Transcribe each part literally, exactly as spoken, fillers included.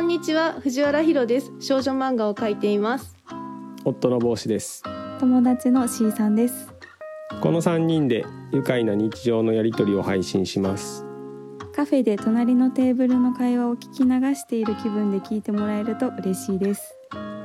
んにちは、藤原ひろです。少女漫画を描いています。 夫の帽子です。 友達の C さんです。 このさんにんで愉快な日常のやり取りを配信します。 カフェで隣のテーブルの会話を聞き流している気分で聞いてもらえると嬉しいです。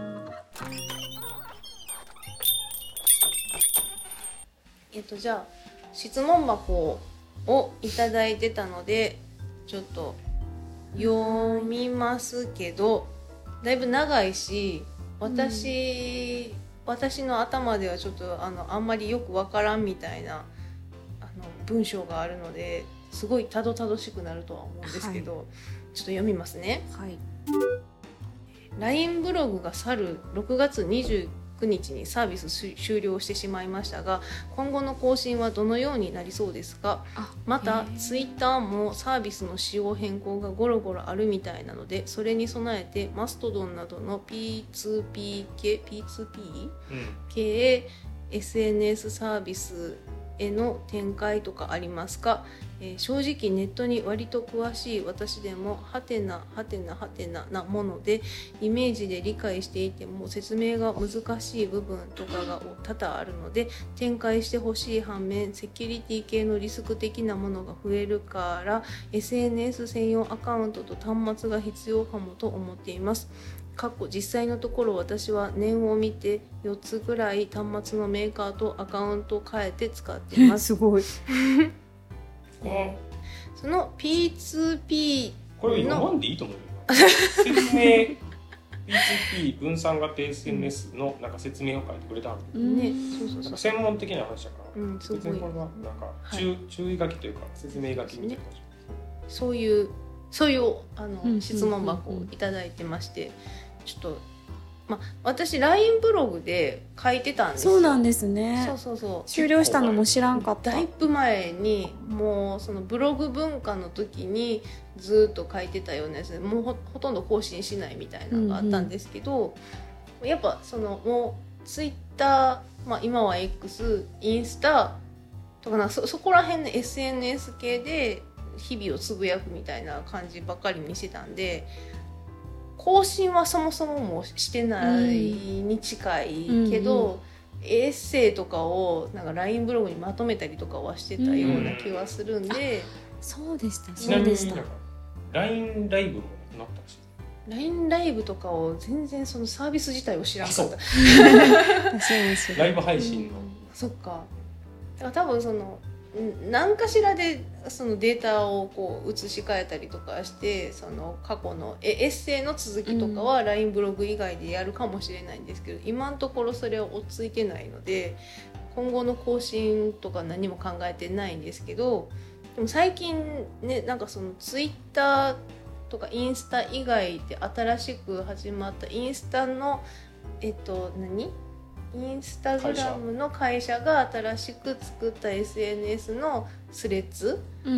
えっとじゃあ質問箱をいただいてたのでちょっと読みますけど、だいぶ長いし私、うん、私の頭ではちょっとあのあんまりよくわからんみたいなあの文章があるのですごいたどたどしくなるとは思うんですけど、はい、ちょっと読みますね。はい、ライン ブログが去るろくがつにじゅうくにちにサービス終了してしまいましたが、今後の更新はどのようになりそうですか？またツイッターもサービスの仕様変更がゴロゴロあるみたいなので、それに備えてマストドンなどの ピーツーピー 系 ピーツーピー、うん、系 エスエヌエス サービスへの展開とかありますか？えー、正直ネットに割と詳しい私でもハテナハテナハテナなものでイメージで理解していても説明が難しい部分とかが多々あるので、展開してほしい反面セキュリティ系のリスク的なものが増えるから エスエヌエス 専用アカウントと端末が必要かもと思っています。過去実際のところ私は念を見てよっつぐらい端末のメーカーとアカウントを変えて使っています。 すごいね、その ピーツーピーこれ読まんでいいと思うよ説明 ピーツーピー 分散型 エスエヌエス のなんか説明を書いてくれたんで、 ね、そうそうそう、 専門的な話だから、うん、 すごい別にこれはなんか 注,、はい、注意書きというか説明書きみたいな、ね、 そういうそういうあの、うん、質問箱をいただいてまして、ちょっとまあ、私 ライン ブログで書いてたんですよ。 そうなんですね。 そうそうそう、 終了したのも知らんかった。 だいぶ前にもうそのブログ文化の時にずっと書いてたようなやつで、もう ほ, ほとんど更新しないみたいなのがあったんですけど、うんうん、やっぱそのもうツイッター、まあ、今は X、インスタとかな そ, そこら辺の エスエヌエス 系で日々をつぶやくみたいな感じばっかり見せたんで、更新はそもそももうしてないに近いけど、うんうん、エッセイとかをなんか ライン ブログにまとめたりとかはしてたような気はするんで、うん、 そうでしたちなみに ライン ライブもなったしライン ライブとかを全然そのサービス自体を知らなかったライブ配信の、うん、 そっか、だから多分その何かしらでそのデータをこう移し替えたりとかしてその過去のエッセイの続きとかは ライン ブログ以外でやるかもしれないんですけど、今のところそれは追っついてないので今後の更新とか何も考えてないんですけど、でも最近ね、なんかそのツイッターとかインスタ以外で新しく始まったインスタのえっと何インスタグラムの会社が新しく作った エスエヌエス のスレッズ、うんうん、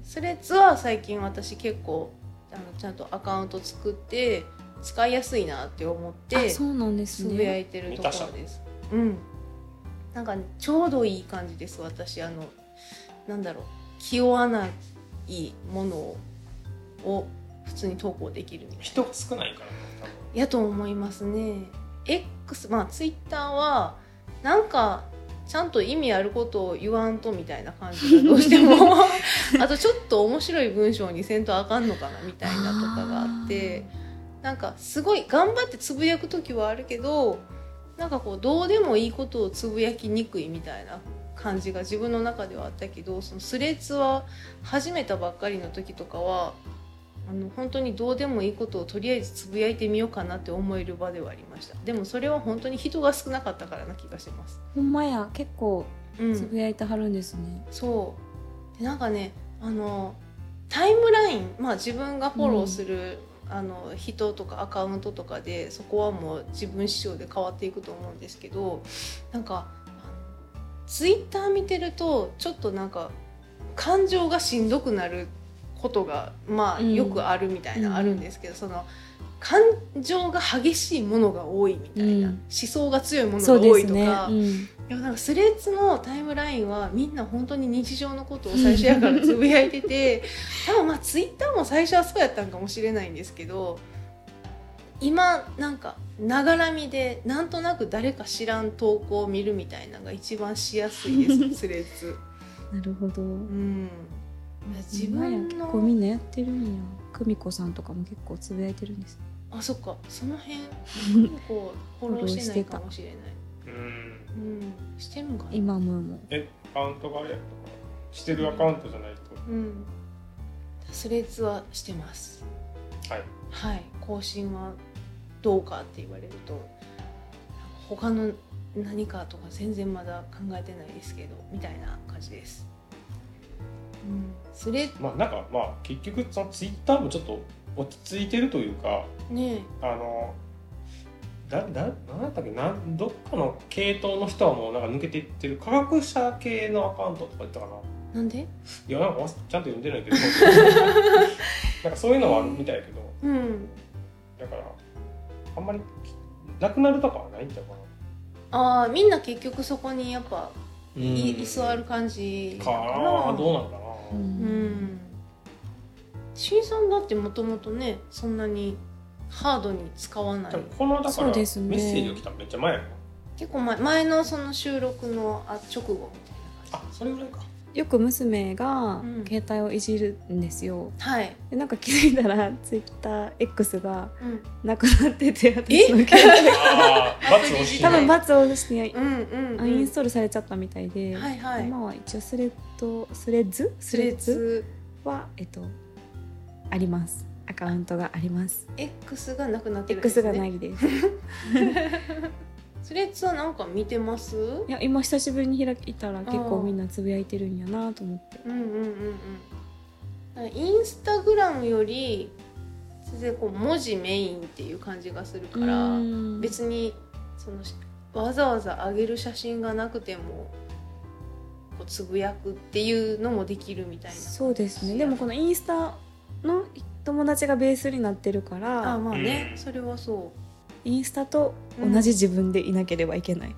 スレッズは最近私結構あのちゃんとアカウント作って使いやすいなって思ってつぶやいてるところです。うん、なんか、ね、ちょうどいい感じです。私あのなんだろう、気負わないものを普通に投稿できるみたいな。 人が少ないからね、多分やと思いますね。X、まあ、ツイッターはなんかちゃんと意味あることを言わんとみたいな感じがどうしてもあとちょっと面白い文章にせんとあかんのかなみたいなとかがあって、なんかすごい頑張ってつぶやく時はあるけど、なんかこうどうでもいいことをつぶやきにくいみたいな感じが自分の中ではあったけど、そのスレッズは始めたばっかりの時とかはあの本当にどうでもいいことをとりあえずつぶやいてみようかなって思える場ではありました。でもそれは本当に人が少なかったからな気がします。 ほんまや、結構つぶやいてはるんですね、 うん、そうで、なんかね、あのタイムライン、まあ、自分がフォローする、うん、あの人とかアカウントとかでそこはもう自分仕様で変わっていくと思うんですけど、なんかツイッター見てるとちょっとなんか感情がしんどくなることがまあよくあるみたいな、うん、あるんですけど、その感情が激しいものが多いみたいな、うん、思想が強いものが多いとか、ね、うん、いやなんかスレッズのタイムラインはみんな本当に日常のことを最初やからつぶやいてて多分まあツイッターも最初はそうやったんかもしれないんですけど、 今なんかながらみでなんとなく誰か知らん投稿を見るみたいなのが一番しやすいですスレッズ。 なるほど。 うん自今や分の結構みんなやってるんや。久美子さんとかも結構つぶやいてるんです。 あそっかその辺こうフォローしてないかもしれない。 うんうんしてるんかな。 今ももえアカウントがあれやったかなしてるアカウントじゃないと、 うんスレッズはしてます。 はいはい更新はどうかって言われると他の何かとか全然まだ考えてないですけどみたいな感じです。うん、それまあなんかまあ結局そのツイッターもちょっと落ち着いてるというかねあのだだなんだったっけなんどっかの系統の人はもうなんか抜けていってる科学者系のアカウントとか言ったかな。 なんでいやなんかちゃんと読んでないけどなんかそういうのはあるみたいやけど、 うんだからあんまりなくなるとかはないんちゃうかああみんな結局そこにやっぱな。 い居座る感じかなどうなのかな。 う。 うんん C さんだってもともとねそんなにハードに使わない多分このだからメッそうですねセージが来たのめっちゃ前やろ。 結構前前のその収録のあ直後みたいな感あそれぐらいか。 よく娘がうん携帯をいじるんですよ。 じはい、 でなんか気づいたらツイッター X がうん、 なくなってて私の携帯ああ罰をして多分罰をしてうんうんうんアンインストールされちゃったみたいで、 はいはい今は一応スレッドスレッズスレッズはえっとあります。アカウントがあります。 X がなくなってるんです X ね。 がないです。 スレッズはなんか見てます？うんいや今久しぶりに開いたら結構みんなつぶやいてるんやなと思って。 うんうんうんだからインスタグラムより全然こう文字メインっていう感じがするからうん別にそのわざわざ上げる写真がなくてもこうつぶやくっていうのもできるみたいな。 そうですね。でもこのインスタの友達がベースになってるからあまあね、 うんそれはそインスタと同じ自分でいなければいけない。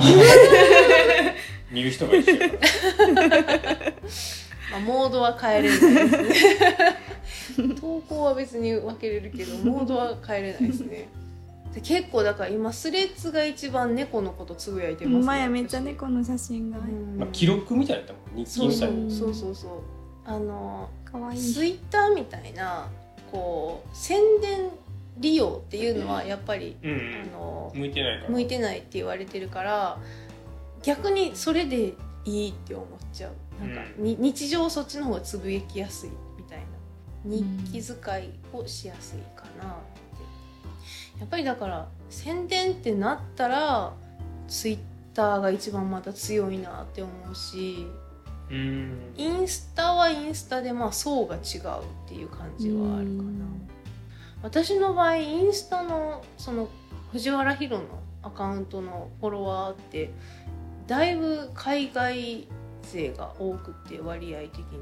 見る人が一緒やからう、まあ、モードは変えれないですね投稿は別に分けれるけどモードは変えれないですねで結構だから今スレッズが一番猫のことつぶやいてますね。 前めっちゃ猫の写真が、 うんまあ、記録みたいなやったもん日記そうそみたいうな。 そうそうそうあのかわいい。 ツイッターみたいなこう宣伝利用っていうのはやっぱり、 うんうんあの向いてないから向いてないって言われてるから逆にそれでいいって思っちゃう。なんか、 うんに日常そっちの方がつぶやきやすいみたいな日記使いをしやすいかなってやっぱりだから宣伝ってなったらツイッターが一番また強いなって思うしうんインスタはインスタでまあ層が違うっていう感じはあるかな。私の場合インスタのその藤原ヒロのアカウントのフォロワーってだいぶ海外勢が多くて割合的に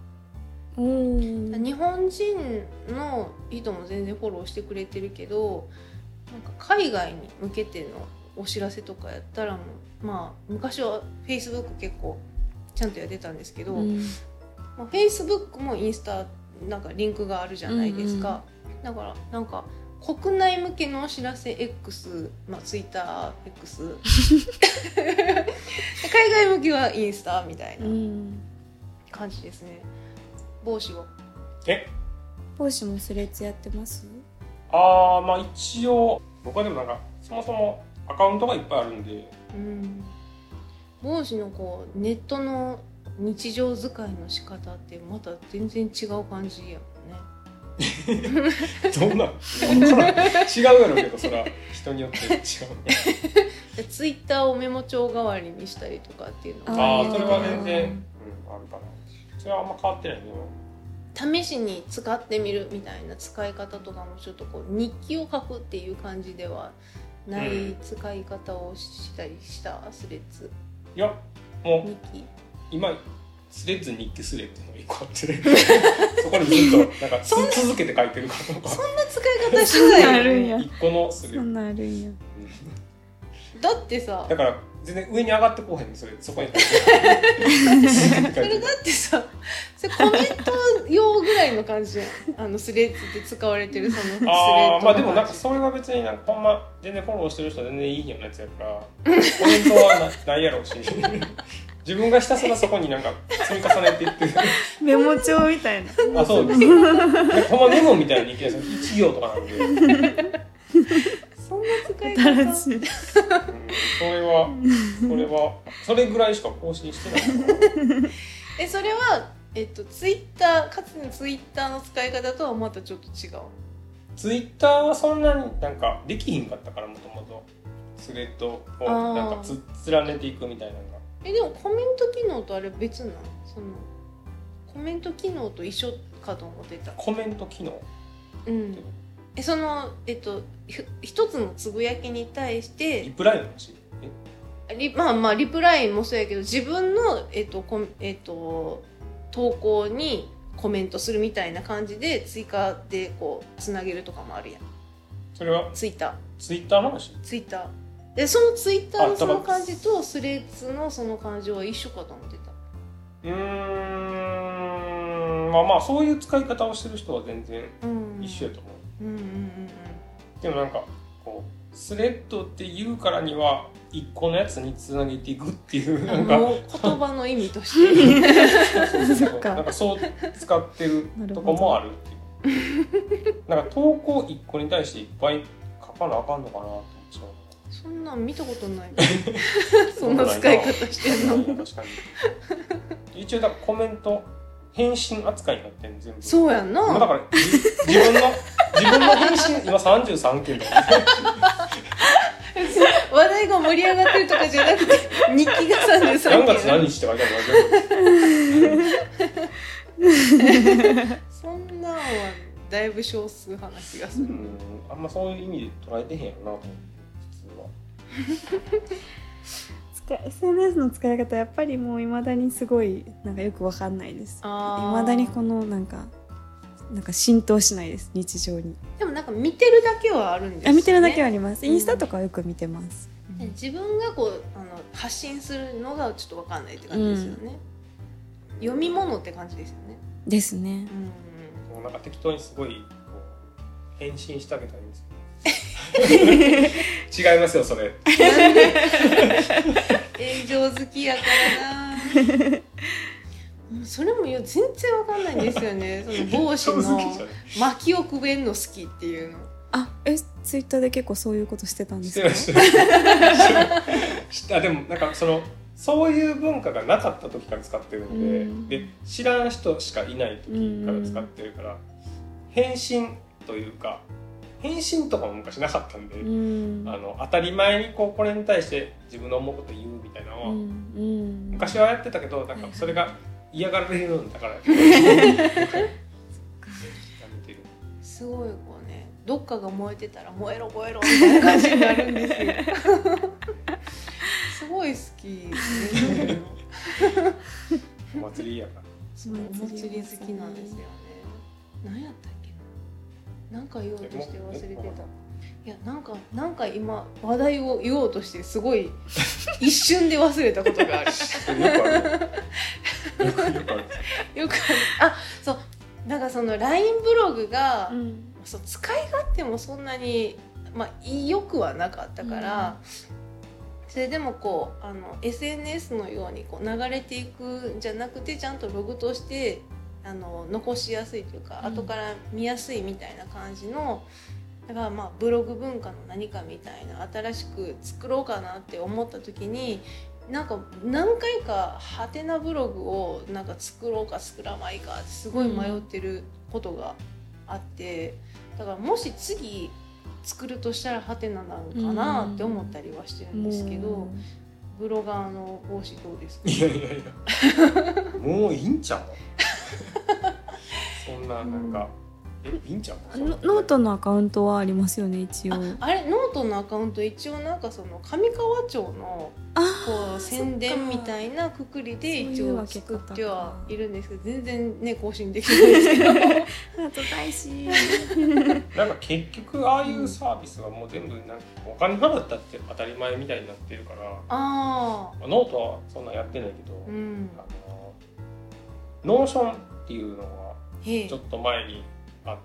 うん日本人の人も全然フォローしてくれてるけどなんか海外に向けてのお知らせとかやったらもうまあ昔は Facebook 結構ちゃんとやってたんですけど、 うんまあ、Facebook もインスタなんかリンクがあるじゃないですか、うんうん、だからなんか国内向けのお知らせ X、まあ、TwitterX 海外向けはインスタみたいな感じですね。帽子はえ帽子もスレッズやってます？ ああまあ一応僕はでもなんかそもそもアカウントがいっぱいあるんで、 うん、帽子のこうネットの日常使いの仕方ってまた全然違う感じやもんね。 どんな分からん違うやろうけどそれは人によって違うツイッターをメモ帳代わりにしたりとかっていうのああがそれは全然、うん、あるかな。それはあんま変わってないね。 試しに使ってみるみたいな使い方とかもちょっとこう日記を書くっていう感じではない使い方をしたりしたスレッズ。 いやもう日記今スレッズ日記スレっていうのが一個あってそこにずっとなんかつ続けて書いてるかとかそんな使い方しないあるんや。 一個のスレッズそんなあるんや。 だってさだから全然上に上がってこうへんねそれそこにそれだってさそれコメント用ぐらいの感じじゃんあのスレッズで使われてるそのスレッドの感じ。 あーまあでもなんかそれは別になんかほんま全然フォローしてる人は全然いいようなやつやからコメントは な, ないやろうし自分がひたすらそこになんか積み重ねていってるメモ帳みたいな。 あそうですほんまメモみたいにいきなりいち行とかなんでそんな使い方新しい。 うんそれはそれはそれぐらいしか更新してないからえそれは、えっと、ツイッターかつてのツイッターの使い方とはまたちょっと違う。 ツイッターはそんなになんかできひんかったからもともとスレッドをなんかつ連ねていくみたいなのがえでもコメント機能とあれ別なの？そのコメント機能と一緒かと思ってた。 コメント機能うんえそのえっとひ一つのつぶやきに対してリプライの話リまあまあリプライもそうやけど自分のえっとこえっと投稿にコメントするみたいな感じで追加でこうつなげるとかもあるやん。 それはツイッターツイッターの話ツイッターでそのツイッターのその感じとスレッズのその感じは一緒かと思ってた。 うーんまあまあそういう使い方をしてる人は全然一緒やと思う、 うんうんうんうんでもなんかこうスレッドって言うからには一個のやつにつなげていくっていうなんかもう言葉の意味としてそうそうそうそっかなんかそう使ってるとこもあるっていうなんか投稿一個に対していっぱい書かなあかんのかなと思っちゃうそんなん見たことないそんな使い方してんの確かに一応だからコメント返信扱いになってん全部そうやんなだから自分の自分の返信今さんじゅうさんけんとか話題が盛り上がってるとかじゃなくて日記がさんじゅうさんけん何月何日って書いてあるわけそんなんはだいぶ少数派な気がする、 うんあんまそういう意味で捉えてへんやろなと思って普通は使い エスエヌエス の使い方やっぱりもう未だにすごいなんかよくわかんないです。 あ未だにこのなんかなんか浸透しないです日常に。 でもなんか見てるだけはあるんですよね。 あ見てるだけはあります。インスタとかはよく見てます。 で自分がこうあの発信するのがちょっとわかんないって感じですよね、うん、読み物って感じですよね。 ですね。 うんもうなんか適当にすごいこう返信してあげたらいいんですよ違いますよそれ炎上好きやからなそれも全然わかんないんですよね。その帽子の巻きをくべんの好きっていうの。 あえツイッターで結構そういうことしてたんですか？ してしたでもなんかそのそういう文化がなかった時から使ってるので、うん、で知らん人しかいない時から使ってるから、うん、返信というか返信とかも昔なかったんで、うん、あの当たり前にこうこれに対して自分の思うこと言うみたいなのは、うんうん、昔はやってたけどなんかそれが嫌がられるんだからやめてる。 すごいこうねどっかが燃えてたら燃えろ燃えろみたいな感じになるんですよすごい好きですねお祭りやからお祭り好きなんですよね。何やったっけな、なんか言おうとして忘れてた。いやなんかなんか今話題を言おうとしてすごい一瞬で忘れたことがある。 よくある。よくある。 よくある。あ、そうなんかその ライン ブログが、うん、そう使い勝手もそんなにまあ良くはなかったから、うん、それでもこうあの エスエヌエス のようにこう流れていくんじゃなくてちゃんとログとしてあの残しやすいというか、うん、後から見やすいみたいな感じのだからまあブログ文化の何かみたいな新しく作ろうかなって思った時になんか何回かハテナブログをなんか作ろうか作らないかってすごい迷ってることがあって、うん、だからもし次作るとしたらハテナなのかなって思ったりはしてるんですけど、うん、ブロガーの帽子どうですか？ いやいやいやもういいんちゃうそんななんか、うん、えいいんちゃうノートのアカウントはありますよね一応。 あ, あれノートのアカウント一応なんかその上川町のあこう宣伝みたいなくくりで一応作ってはいるんですけど、全然ね更新できないですけどあと大事なんか結局ああいうサービスはもう全部なんかお金払ったって当たり前みたいになってるから、 あノートはそんなやってないけど、 ー、うん、 あのノーションっていうのがへえちょっと前にあって、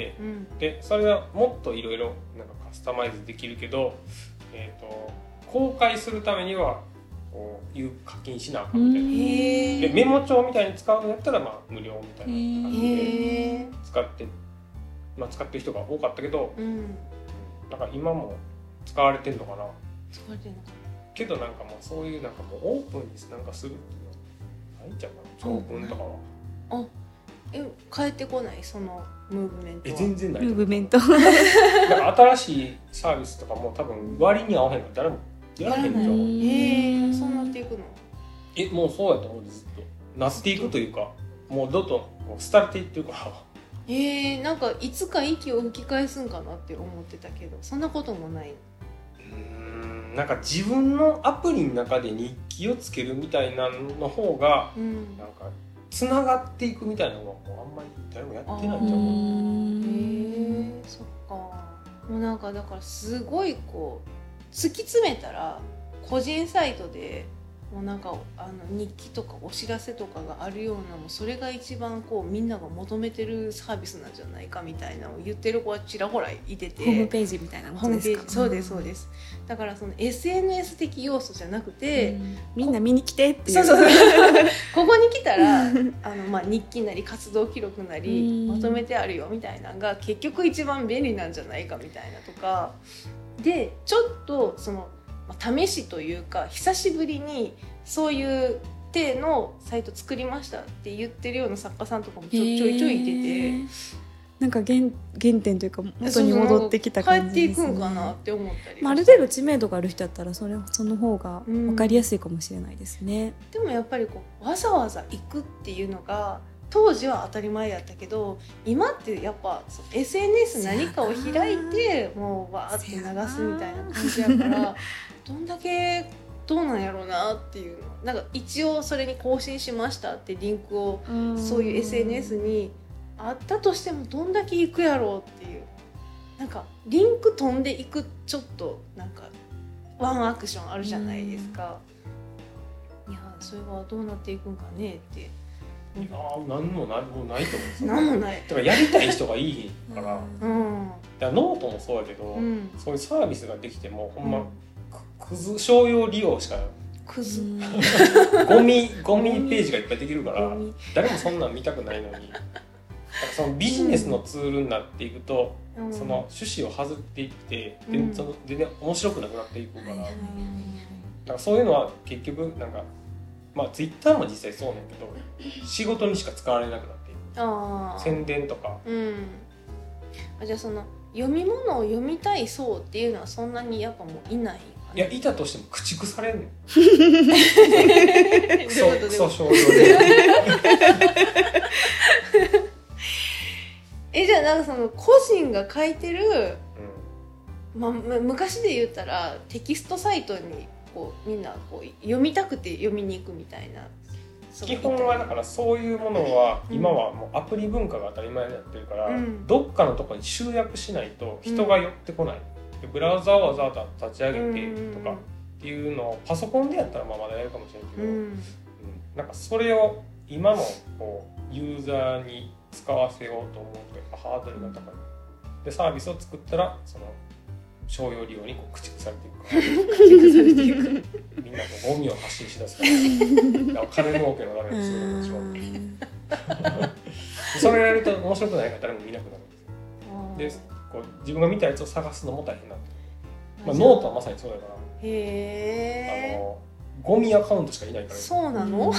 うん、 でそれはもっといろいろなんかカスタマイズできるけど、えーと公開するためにはこういう課金しなあかんみたいな。 へでメモ帳みたいに使うんやったらまあ無料みたいな感じでへ使って、まあ、使ってる人が多かったけど、 うん、 なんか今も使われてんのかな。 使われてるのかけどなんかもうそういうなんかもうオープンになんかするっていうのはないんちゃうかな。長文とかは。 な。あ、え変えてこないそのムーブメントは。 え全然ない。 ムーブメントなんか新しいサービスとかも多分割に合わへんから誰もやらへんじゃん。 へえ、そうなっていくの。 えもうそうやと思う。ずっとなっていくというか、もうどんどん廃れていってるから。 えー、なんかいつか息を吹き返すんかなって思ってたけど、そんなこともない。 うーん、なんか自分のアプリの中で日記をつけるみたいなの方が、 うん、 なんかつながっていくみたいなのはもうあんまり誰もやってないんじゃへん。 えー、そっか。もうなんかだからすごいこう突き詰めたら個人サイトでもうなんかあの日記とかお知らせとかがあるような、もうそれが一番こうみんなが求めてるサービスなんじゃないかみたいなのを言ってる子はちらほらいてて、 ホームページみたいなもホームのですか。 ページそうですそうです。だからその エスエヌエス 的要素じゃなくて、 うん、みんな見に来てっていう。 そうそうそうここに来たらあの、まあ、日記なり活動記録なりまとめてあるよみたいなのが結局一番便利なんじゃないかみたいなとかで、ちょっとその試しというか久しぶりにそういう体のサイト作りましたって言ってるような作家さんとかもちょちょいちょいいてて、 なんか 原, 原点というか元に戻ってきた感じですね。 帰っていくんかなって思ったり、 まあ、ある程度知名度がある人だったらそれその方が分かりやすいかもしれないですね、 うん、でもやっぱりこうわざわざ行くっていうのが当時は当たり前やったけど、今ってやっぱ エスエヌエス 何かを開いてもうわーって流すみたいな感じやからどんだけどうなんやろうなっていうの、なんか一応それに更新しましたってリンクをそういう エスエヌエス にあったとしてもどんだけ行くやろうっていう、なんかリンク飛んでいくちょっとなんかワンアクションあるじゃないですか。いやそれはどうなっていくんかねって。 いや何もないもうないと思うんですよ。 何もない。 だからやりたい人がいいから。 うん。 だからノートもそうやけど、うん、そういうサービスができてもほんま、うん、クズ商用利用しかクズゴミゴミページがいっぱいできるから誰もそんなん見たくないのに。だからそのビジネスのツールになっていくと、うん、その趣旨を外っていって全然、うん、全然面白くなくなっていくから、うん、だからそういうのは結局なんかまあツイッターも実際そうなんやけど仕事にしか使われなくなっていく。あ宣伝とか、 うん、あじゃあその読み物を読みたい層っていうのはそんなにやっぱもういない。 いやいたとしても駆逐されんねん。 クソクソ少量で。 えじゃあなんかその個人が書いてる、うんまあ、昔で言ったらテキストサイトにこうみんなこう読みたくて読みに行くみたいな。 基本はだからそういうものは今はもうアプリ文化が当たり前になってるから、うん、どっかのところに集約しないと人が寄ってこない、うん、でブラウザをわざわざ立ち上げてとかっていうのをパソコンでやったらまあまだやるかもしれないけど、うんうん、なんかそれを今のこうユーザーに使わせようと思うとやっぱハードルが高いでサービスを作ったらその商用利用にこう駆逐されていくから駆逐されていくみんなこうゴミを発信しだすから金儲けのためにするのでしょそれやると面白くないから誰も見なくなるんですよ。でこう自分が見たやつを探すのも大変なんで、まあ、ノートはまさにそうだからへあのゴミアカウントしかいないから。 そうなの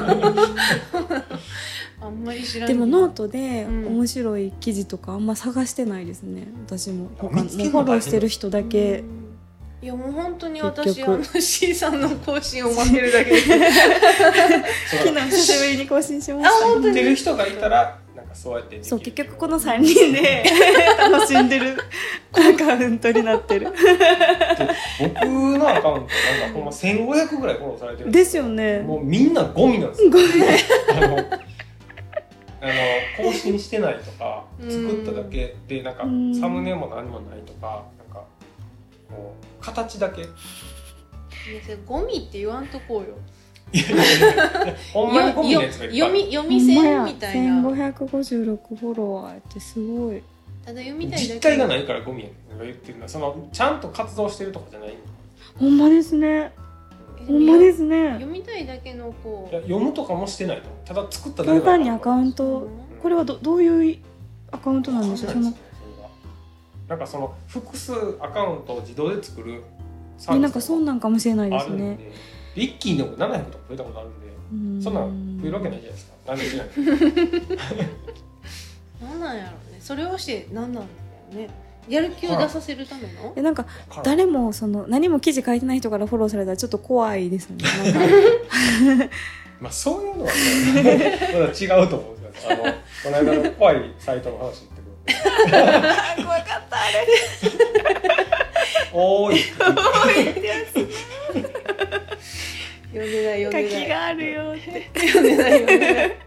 あんまり知らない。 でもノートで面白い記事とかあんま探してないですね、うん、私も他のフォローしてる人だけ、うん、 いやもう本当に私あの C さんの更新を待ってるだけで昨日久しぶりに更新しました。 知ってる人がいたらなんかそうやってできる。 そう結局このさんにんで楽しんでるアカウントになってる僕のアカウントなんかほんませんごひゃくぐらいフォローされてるんですよね。 もうみんなゴミなんですよ。 ゴミあのあの更新してないとか作っただけでなんかサムネも何もないとかなんかこう形だけ。 いやそれゴミって言わんとこうよ。 いやいやいやほんまにゴミのやつがいっぱい。 読み読み線みたいせんごな。 ひゃくごじゅうろくフォロワーってすごい。 ただ読みたいだけ。 実体がないからゴミやねんが言ってるのはそのちゃんと活動してるとかじゃない。 ほんまですね。 えほんまですね読。みたいだけのこいや読むとかもしてないと思う。ただ作っただけ簡だから単にアカウント、これは ど, どういうアカウントなんでしょう。そのなんかその複数アカウントを自動で作るサービスなんかそんなんかもしれないですね。 あるんで、一気にでもななひゃくとか増えたことあるんで、 うんそんなん増えるわけないじゃないですか。なんでしないうなんなんやろうね。それをしてなんなんだろうね。やる気を出させるための。 えなんか誰もその何も記事書いてない人からフォローされたらちょっと怖いですよね。なんかまあそういうのはねまだ違うと思うんですよ。あのこの間の怖いサイトの話言ってくる。 怖かったあれ。 おーい。 読んでない読んでない。 鍵があるよって。 読んでない読んでない。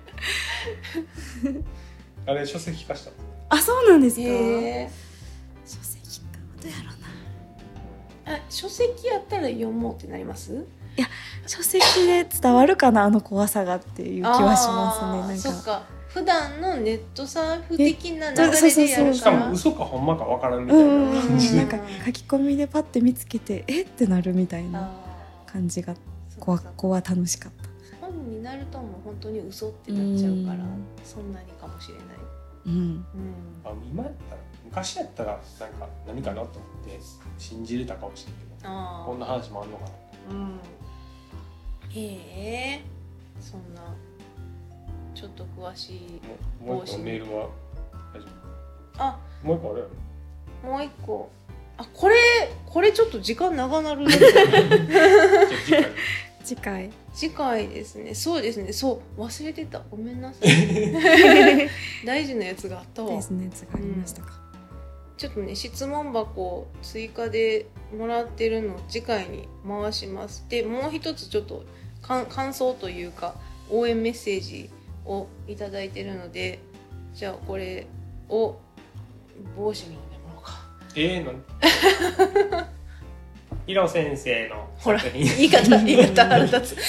あれ書籍化した。 あそうなんですか。 へー書籍かどうやろうな。 あ書籍やったら読もうってなります？ 書籍で伝わるかなあの怖さがっていう気はしますね。なんかそっか普段のネットサーフ的な流そうそうそうれでやるしかからも嘘かほんまかわからんみたいうんな感じでなん。か書き込みでパッて見つけてえってなるみたいなあ感じがーそ怖っか怖楽しかった。 本になるともう本当に嘘ってなっちゃうからうんそんなにかもしれない、 うんうん、 あ今やったら昔やったらなんか何かなと思って信じれたかもしれんけど、 あこんな話もあんのかな。 ーうんへえそんなちょっと詳しいもうもう一個のメールは大丈あ夫。もう一個あれやろ。 もう一個あこれこれちょっと時間長なるねじゃあ次回。 次回次回ですねそうですねそう忘れてたごめんなさい大事なやつがあったわですねやつがありましたか。 ちょっとね質問箱を追加でもらってるのを次回に回しますでもう一つちょっとか感想というか応援メッセージをいただいてるのでじゃあこれを帽子に読んでもらおうかえー、なんヒロ先生のほら作品言い方言い方腹立つ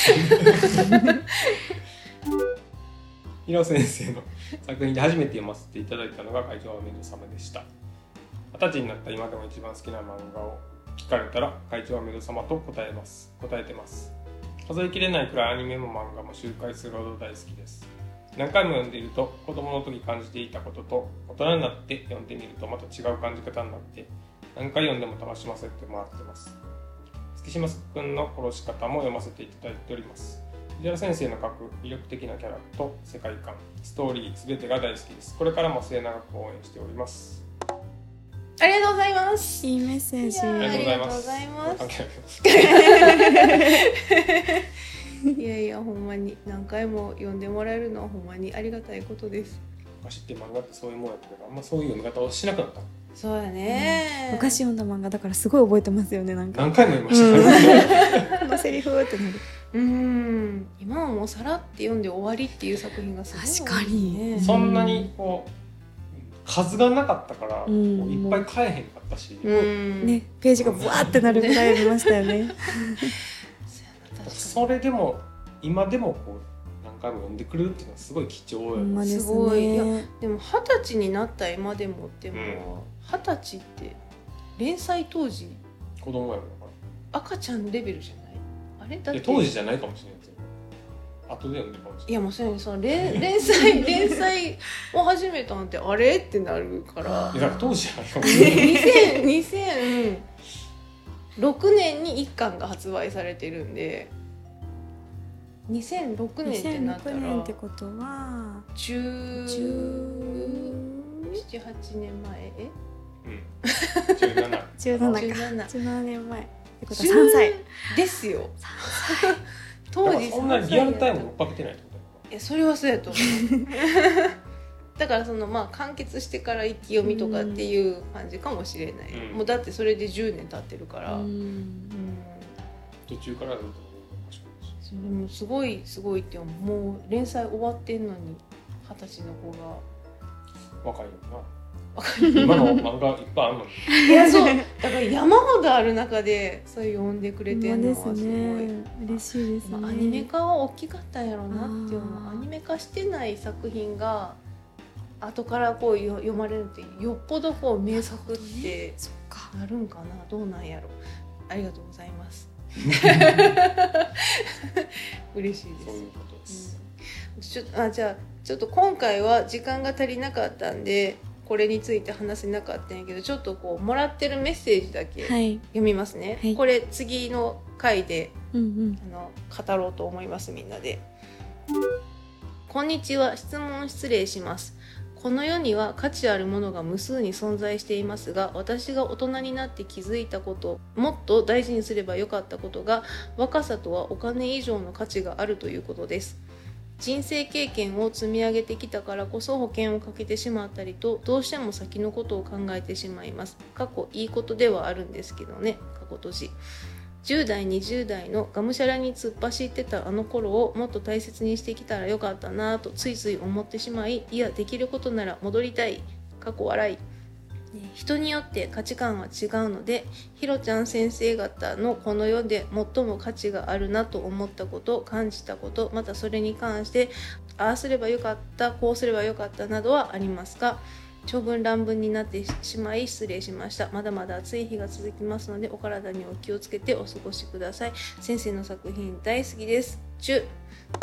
ヒロ先生の作品で初めて読ませていただいたのが会長はめぐさまでした。二十歳になった今でも一番好きな漫画を聞かれたら会長はめぐさまと答えます答えてます数えきれないくらいアニメも漫画も周回するほど大好きです。何回も読んでいると子供の時感じていたことと大人になって読んでみるとまた違う感じ方になって何回読んでも楽しませてもらってます。月島くんの殺し方も読ませていただいております。藤原先生の描く魅力的なキャラと世界観ストーリーすべてが大好きです。これからも末永く応援しております。 ありがとうございますいいメッセージ。 いやありがとうございます。 ありがとうございます関係ないいやいやほんまに何回も読んでもらえるのはほんまにありがたいことです。 昔って漫画ってそういうものだったからあんまそういう読み方をしなくなった。 そうやね、 うん、昔読んだ漫画だからすごい覚えてますよね。なんか何回も読みました、ね、 このセリフってなる。 うん今はもうさらって読んで終わりっていう作品がすごい多い、ね、 確かにそんなにこう数がなかったから、 うんこういっぱい買えへんかったし、 うんねページがブワーってなるぐらい読みましたよね。 それでも今でもこう何回も読んでくれるっていうのはすごい貴重やね、 ほんまですね。 すごいいやでも二十歳になった今でもっても二十、歳って連載当時子供やろだか赤ちゃんレベルじゃないあれだら。 って当時じゃないかもしれないですよ。後で読んでるかもしれない。 いやもうそういうその連連載連載を始めたんってあれってなるからいやだから当時じゃないかもしれない。 にせんにせんろくねんにいっかんが発売されてるんでにせんろくねんってなったらにせんろくねんってことはじゅうなな、 じゅはちねんまええうん、じゅうななじゅうななかじゅうななじゅうななねんまえってことはさんさいですよ当時だからそんなにリアルタイム追っかけてないってことだよいやそれはそうやと思うだからそのまあ完結してから一気読みとかっていう感じかもしれない、うん、もうだってそれでじゅうねん経ってるから、うんうん、 途中からだと思うそれもすごいすごいって思う。もう連載終わってんのに二十歳の子が若いよな今の漫画いっぱいあるのにいやそうだから山ほどある中でそれ読んでくれてるのはすごい、 ね、嬉しいですね。 アニメ化は大きかったんやろうなっていうの。アニメ化してない作品が後からこう読まれるってよっぽどこう名作ってなるんかな、どうなんやろ。ありがとうございます嬉しいです。 そういうことです、 うん、ちょあじゃあちょっと今回は時間が足りなかったんでこれについて話せなかったんやけど、ちょっとこうもらってるメッセージだけ読みますね、はい、これ次の回で、うんうん、あの語ろうと思います。みんなで。こんにちは、質問失礼します。この世には価値あるものが無数に存在していますが、私が大人になって気づいたこと、もっと大事にすればよかったことが、若さとはお金以上の価値があるということです。人生経験を積み上げてきたからこそ保険をかけてしまったりと、どうしても先のことを考えてしまいます。過去いいことではあるんですけどね、過去閉じ。じゅう代にじゅう代のがむしゃらに突っ走ってたあの頃をもっと大切にしてきたらよかったなとついつい思ってしまい、いやできることなら戻りたい、過去笑い。人によって価値観は違うので、ひろちゃん先生方のこの世で最も価値があるなと思ったこと、感じたこと、またそれに関してああすればよかった、こうすればよかったなどはありますか？長文乱文になってしまい失礼しました。まだまだ暑い日が続きますのでお体にお気をつけてお過ごしください。先生の作品大好きです。チュ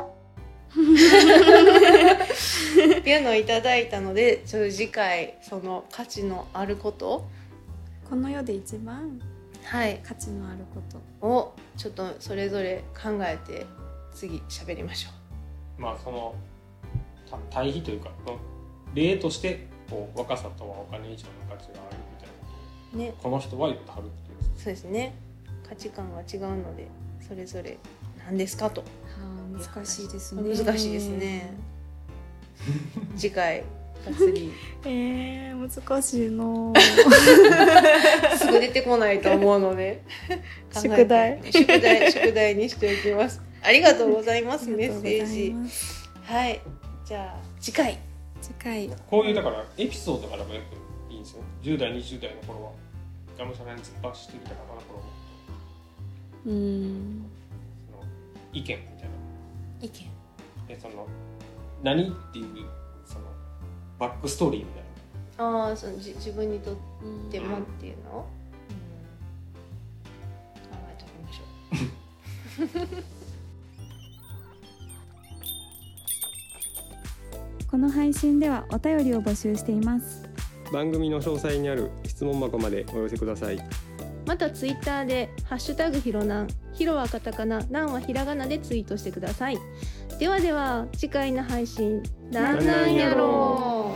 っていうのをいただいたので、ちょっと次回その価値のあること、 この世で一番はい価値のあることをちょっとそれぞれ考えて次喋りましょう。まあその対比というか例としてこう若さとはお金以上の価値があるみたいなことを、ね、この人は言ってはるっていう。 そうですね。価値観が違うのでそれぞれ何ですかと。 はあ、難しいですね。 難しいですね次回がっつりえー、難しいなすぐ出てこないと思うので宿題宿題宿題にしておきます。ありがとうございますメッセージ。はい、じゃあ次回次回こういうだからエピソードがあればよくいいんですよ。じゅう代にじゅう代の頃はがむしゃらに突っ走ってきたからあの頃もうーんその意見みたいな意見でその何っていうそのバックストーリーみたいな。 ああ、そのじ自分にとってもっていうのを、うん、考えておきましょうこの配信ではお便りを募集しています。 番組の詳細にある質問箱までお寄せください。 またツイッターでハッシュタグひろなん、ひろはカタカナ、なんはひらがなでツイートしてください。ではでは次回の配信なんなんやろう。